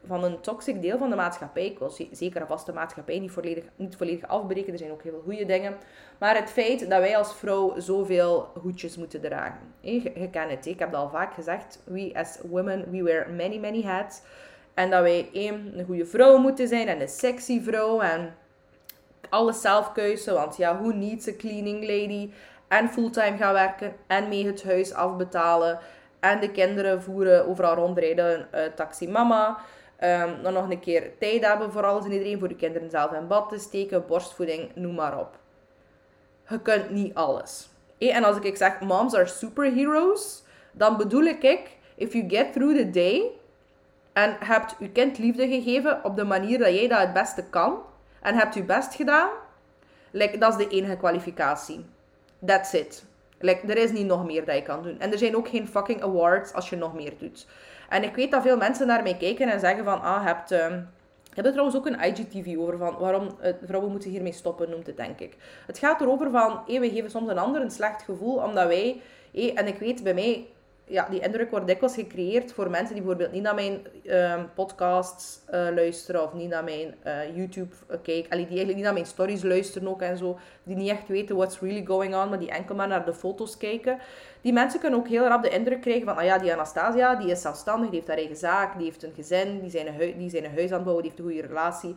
van een toxic deel van de maatschappij. Ik wil zeker en vast de maatschappij niet volledig, niet volledig afbreken. Er zijn ook heel veel goede dingen. Maar het feit dat wij als vrouw zoveel hoedjes moeten dragen. Je, je kent het, ik heb dat al vaak gezegd. We as women, we wear many, many hats. En dat wij één, een goede vrouw moeten zijn en een sexy vrouw. En alles zelf keuzen, want ja, who needs a cleaning lady? En fulltime gaan werken en mee het huis afbetalen. En de kinderen voeren, overal rondrijden, uh, taxi mama. Um, dan nog een keer tijd hebben voor alles en iedereen, voor de kinderen zelf in bad te steken, borstvoeding, noem maar op. Je kunt niet alles. Hey, en als ik zeg, moms are superheroes, dan bedoel ik, if you get through the day en hebt je kind liefde gegeven op de manier dat jij dat het beste kan, en hebt je best gedaan, like, dat is de enige kwalificatie. That's it. Like, er is niet nog meer dat je kan doen. En er zijn ook geen fucking awards als je nog meer doet. En ik weet dat veel mensen naar mij kijken en zeggen van, ah, je hebt... Uh, ik heb er trouwens ook een I G T V over van waarom uh, vrouwen moeten hiermee stoppen, noemt het, denk ik. Het gaat erover van, hey, we geven soms een ander een slecht gevoel, omdat wij... Hey, en ik weet, bij mij... Ja, die indruk wordt dikwijls gecreëerd voor mensen die bijvoorbeeld niet naar mijn uh, podcasts uh, luisteren of niet naar mijn uh, YouTube uh, kijken. Allee, die eigenlijk niet naar mijn stories luisteren ook en zo. Die niet echt weten what's really going on, maar die enkel maar naar de foto's kijken. Die mensen kunnen ook heel rap de indruk krijgen van, ah ja, die Anastasia, die is zelfstandig, die heeft haar eigen zaak, die heeft een gezin, die zijn een, hui- die zijn een huis aan het bouwen, die heeft een goede relatie.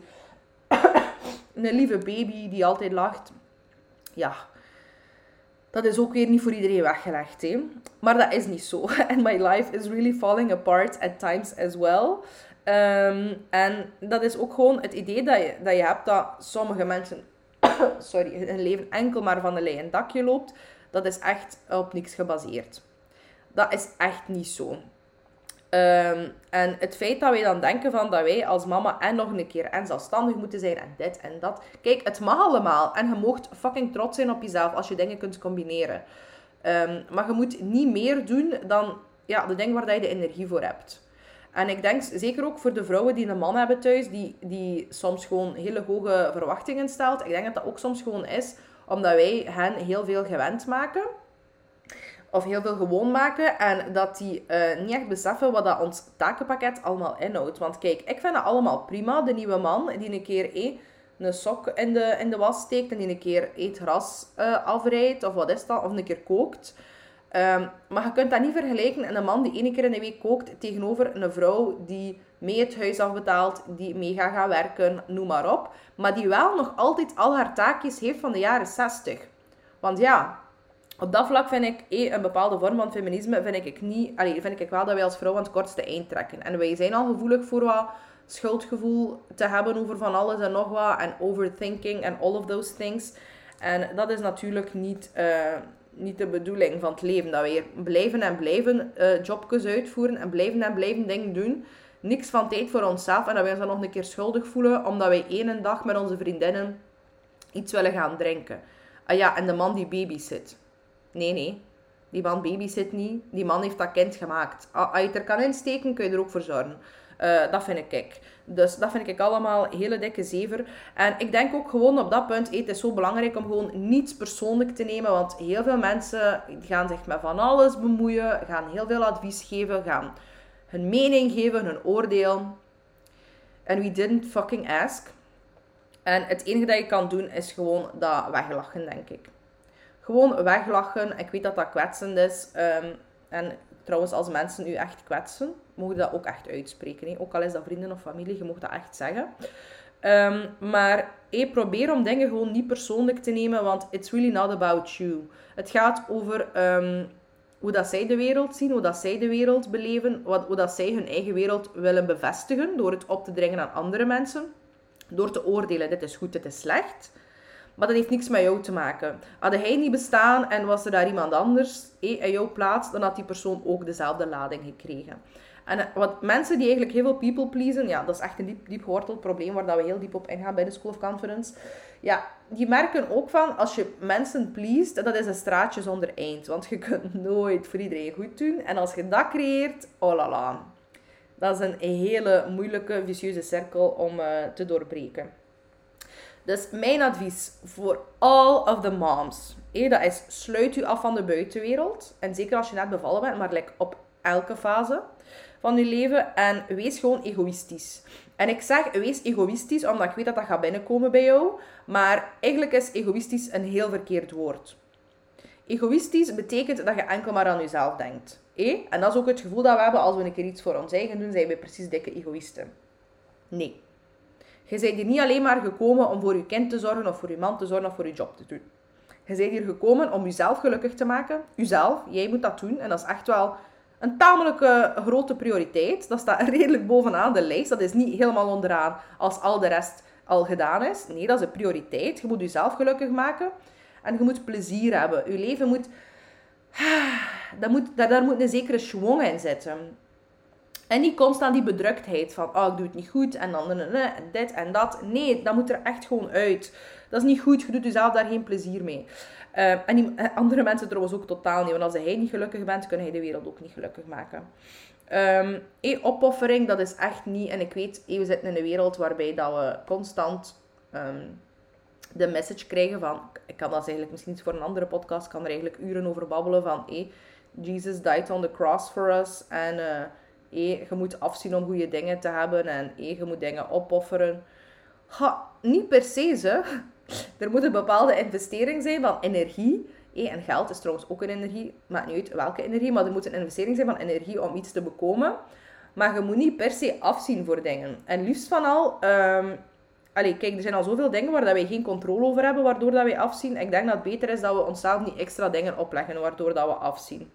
Een lieve baby die altijd lacht. Ja... Dat is ook weer niet voor iedereen weggelegd, hè. Maar dat is niet zo. And my life is really falling apart at times as well. Um, en dat is ook gewoon het idee dat je, dat je hebt dat sommige mensen... sorry, hun leven enkel maar van een leien dakje loopt. Dat is echt op niks gebaseerd. Dat is echt niet zo. Um, en het feit dat wij dan denken van dat wij als mama en nog een keer en zelfstandig moeten zijn en dit en dat. Kijk, het mag allemaal. En je moogt fucking trots zijn op jezelf als je dingen kunt combineren. Um, maar je moet niet meer doen dan ja, de dingen waar je de energie voor hebt. En ik denk zeker ook voor de vrouwen die een man hebben thuis, die, die soms gewoon hele hoge verwachtingen stelt. Ik denk dat dat ook soms gewoon is omdat wij hen heel veel gewend maken. Of heel veel gewoon maken. En dat die uh, niet echt beseffen wat dat ons takenpakket allemaal inhoudt. Want kijk, ik vind dat allemaal prima. De nieuwe man die een keer eh, een sok in de, in de was steekt. En die een keer eh, het gras uh, afrijdt. Of wat is dat? Of een keer kookt. Um, maar je kunt dat niet vergelijken. Een man die één keer in de week kookt. Tegenover een vrouw die mee het huis afbetaalt. Die mee gaat gaan werken. Noem maar op. Maar die wel nog altijd al haar taakjes heeft van de jaren zestig. Want ja... Op dat vlak vind ik, eh, een bepaalde vorm van feminisme, vind ik, niet, allee, vind ik wel dat wij als vrouw aan het kortste eind trekken. En wij zijn al gevoelig voor wat schuldgevoel te hebben over van alles en nog wat. En overthinking en all of those things. En dat is natuurlijk niet, uh, niet de bedoeling van het leven. Dat wij blijven en blijven uh, jobjes uitvoeren en blijven en blijven dingen doen. Niks van tijd voor onszelf. En dat wij ons dan nog een keer schuldig voelen, omdat wij één dag met onze vriendinnen iets willen gaan drinken. Ah ja, en de man die babysit. Nee, nee. Die man babysit niet. Die man heeft dat kind gemaakt. Als je het er kan insteken, kun je er ook voor zorgen. Uh, dat vind ik. Dus dat vind ik allemaal hele dikke zever. En ik denk ook gewoon op dat punt, het is zo belangrijk om gewoon niets persoonlijk te nemen. Want heel veel mensen gaan zich met van alles bemoeien. Gaan heel veel advies geven. Gaan hun mening geven, hun oordeel. And we didn't fucking ask. En het enige dat je kan doen, is gewoon dat weglachen, denk ik. Gewoon weglachen. Ik weet dat dat kwetsend is. Um, en trouwens, als mensen u echt kwetsen, mogen dat ook echt uitspreken. He. Ook al is dat vrienden of familie, je mag dat echt zeggen. Um, maar hey, probeer om dingen gewoon niet persoonlijk te nemen, want it's really not about you. Het gaat over um, hoe dat zij de wereld zien, hoe dat zij de wereld beleven, wat, hoe dat zij hun eigen wereld willen bevestigen door het op te dringen aan andere mensen. Door te oordelen, dit is goed, dit is slecht. Maar dat heeft niks met jou te maken. Had hij niet bestaan en was er daar iemand anders eh, in jouw plaats, dan had die persoon ook dezelfde lading gekregen. En wat mensen die eigenlijk heel veel people pleasen, ja, dat is echt een diep, diep geworteld probleem waar dat we heel diep op ingaan bij de School of Conference. Ja, die merken ook van, als je mensen pleest, dat is een straatje zonder eind. Want je kunt nooit voor iedereen goed doen. En als je dat creëert, oh la la. Dat is een hele moeilijke, vicieuze cirkel om uh, te doorbreken. Dus mijn advies voor all of the moms, hé, dat is, sluit u af van de buitenwereld. En zeker als je net bevallen bent, maar like op elke fase. van je leven en wees gewoon egoïstisch. En ik zeg, wees egoïstisch, omdat ik weet dat dat gaat binnenkomen bij jou. Maar eigenlijk is egoïstisch een heel verkeerd woord. Egoïstisch betekent dat je enkel maar aan jezelf denkt. Eh? En dat is ook het gevoel dat we hebben als we een keer iets voor ons eigen doen, zijn we precies dikke egoïsten. Nee. Je bent hier niet alleen maar gekomen om voor je kind te zorgen, of voor je man te zorgen, of voor je job te doen. Je bent hier gekomen om jezelf gelukkig te maken. Jezelf, jij moet dat doen. En dat is echt wel een tamelijke grote prioriteit. Dat staat redelijk bovenaan de lijst. Dat is niet helemaal onderaan als al de rest al gedaan is. Nee, dat is een prioriteit. Je moet jezelf gelukkig maken. En je moet plezier hebben. Je leven moet... Daar moet, daar moet een zekere schwung in zitten. En niet constant die bedruktheid van, oh, ik doe het niet goed, en dan en dit en dat. Nee, dat moet er echt gewoon uit. Dat is niet goed, je doet jezelf daar geen plezier mee. Uh, en die, andere mensen trouwens ook totaal niet. Want als jij niet gelukkig bent, kun je de wereld ook niet gelukkig maken. Um, hey, opoffering, dat is echt niet... En ik weet, hey, we zitten in een wereld waarbij dat we constant um, de message krijgen van... Ik kan dat eigenlijk misschien niet voor een andere podcast, ik kan er eigenlijk uren over babbelen van... Hey, Jesus died on the cross for us. En uh, hey, je moet afzien om goede dingen te hebben. En hey, je moet dingen opofferen. Ha, niet per se, ze. Er moet een bepaalde investering zijn van energie. Hey, en geld is trouwens ook een energie. Maakt niet uit welke energie. Maar er moet een investering zijn van energie om iets te bekomen. Maar je moet niet per se afzien voor dingen. En liefst van al... Um, allee, kijk, er zijn al zoveel dingen waar dat wij geen controle over hebben. Waardoor dat wij afzien. Ik denk dat het beter is dat we onszelf niet extra dingen opleggen. Waardoor dat we afzien.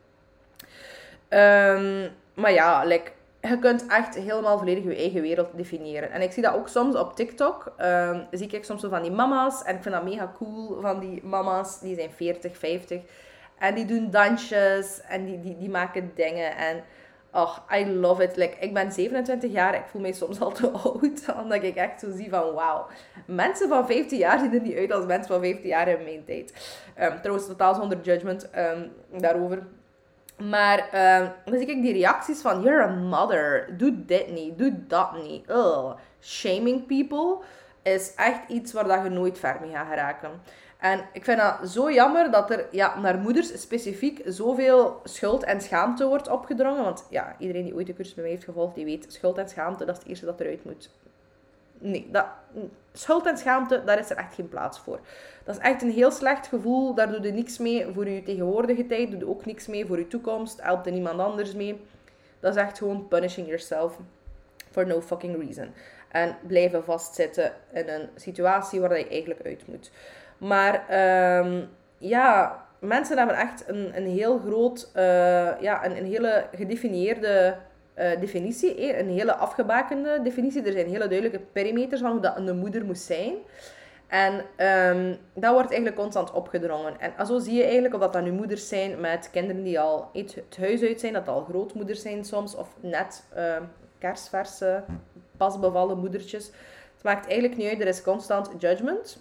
Um, maar ja, like... Je kunt echt helemaal volledig je eigen wereld definiëren. En ik zie dat ook soms op TikTok. Um, zie ik soms zo van die mama's. En ik vind dat mega cool van die mama's. Die zijn veertig, vijftig. En die doen dansjes. En die, die, die maken dingen. En oh, I love it. Like, ik ben zevenentwintig jaar. Ik voel mij soms al te oud. Omdat ik echt zo zie van wauw. Mensen van vijftien jaar zien er niet uit als mensen van vijftien jaar in mijn tijd. Um, trouwens, totaal zonder judgment um, daarover. Maar uh, dan zie ik die reacties van... You're a mother. Doe dit niet. Doe dat niet. Ugh. Shaming people is echt iets waar dat je nooit ver mee gaat geraken. En ik vind dat zo jammer dat er ja, naar moeders specifiek zoveel schuld en schaamte wordt opgedrongen. Want ja, iedereen die ooit de cursus bij mij heeft gevolgd, die weet... Schuld en schaamte, dat is het eerste dat eruit moet. Nee, dat, schuld en schaamte, daar is er echt geen plaats voor. Dat is echt een heel slecht gevoel. Daar doe je niks mee voor je tegenwoordige tijd. Doe je ook niks mee voor je toekomst. Helpt er niemand anders mee. Dat is echt gewoon punishing yourself for no fucking reason. En blijven vastzitten in een situatie waar je eigenlijk uit moet. Maar um, ja, mensen hebben echt een, een heel groot, uh, ja, een, een hele gedefinieerde... Uh, definitie, eh? Een hele afgebakende definitie. Er zijn hele duidelijke perimeters van hoe dat een moeder moet zijn. En um, dat wordt eigenlijk constant opgedrongen. En zo zie je eigenlijk of dat dan nu moeders zijn met kinderen die al het huis uit zijn, dat al grootmoeders zijn soms, of net uh, kersverse, pas bevallen moedertjes. Het maakt eigenlijk niet uit, er is constant judgment.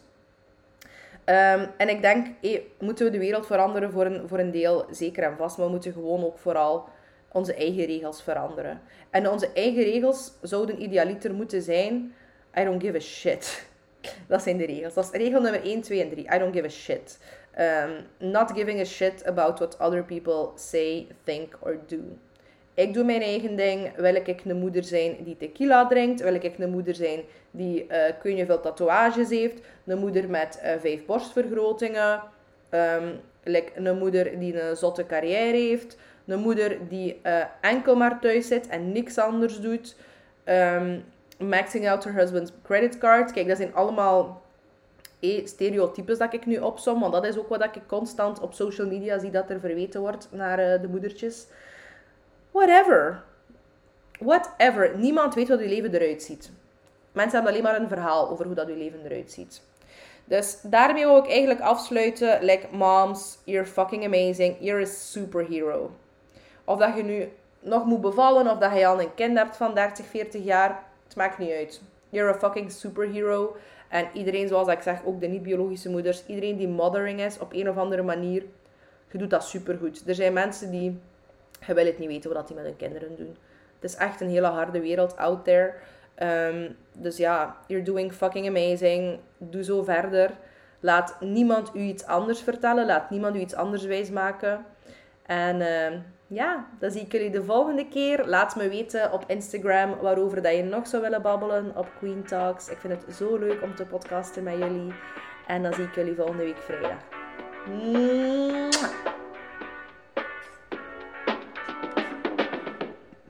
Um, en ik denk, eh, moeten we de wereld veranderen voor een, voor een deel, zeker en vast, maar we moeten gewoon ook vooral onze eigen regels veranderen. En onze eigen regels zouden idealiter moeten zijn... I don't give a shit. Dat zijn de regels. Dat is regel nummer één, twee en drie. I don't give a shit. Um, not giving a shit about what other people say, think or do. Ik doe mijn eigen ding. Wil ik een moeder zijn die tequila drinkt? Wil ik een moeder zijn die uh, kun je veel tatoeages heeft? Een moeder met uh, vijf borstvergrotingen? Um, like een moeder die een zotte carrière heeft? Een moeder die uh, enkel maar thuis zit en niks anders doet. Um, maxing out her husband's credit card. Kijk, dat zijn allemaal eh, stereotypes dat ik nu opsom. Want dat is ook wat ik constant op social media zie dat er verweten wordt naar uh, de moedertjes. Whatever. Whatever. Niemand weet hoe je leven eruit ziet. Mensen hebben alleen maar een verhaal over hoe dat je leven eruit ziet. Dus daarmee wil ik eigenlijk afsluiten. Like, moms, you're fucking amazing. You're a superhero. Of dat je nu nog moet bevallen, of dat je al een kind hebt van dertig, veertig jaar. Het maakt niet uit. You're a fucking superhero. En iedereen, zoals ik zeg, ook de niet-biologische moeders. Iedereen die mothering is, op een of andere manier. Je doet dat supergoed. Er zijn mensen die... Je wil het niet weten wat die met hun kinderen doen. Het is echt een hele harde wereld out there. Um, dus ja, you're doing fucking amazing. Doe zo verder. Laat niemand u iets anders vertellen. Laat niemand u iets anders wijsmaken. En uh, ja, dan zie ik jullie de volgende keer. Laat me weten op Instagram waarover dat je nog zou willen babbelen op Queen Talks. Ik vind het zo leuk om te podcasten met jullie. En dan zie ik jullie volgende week vrijdag. Mwah.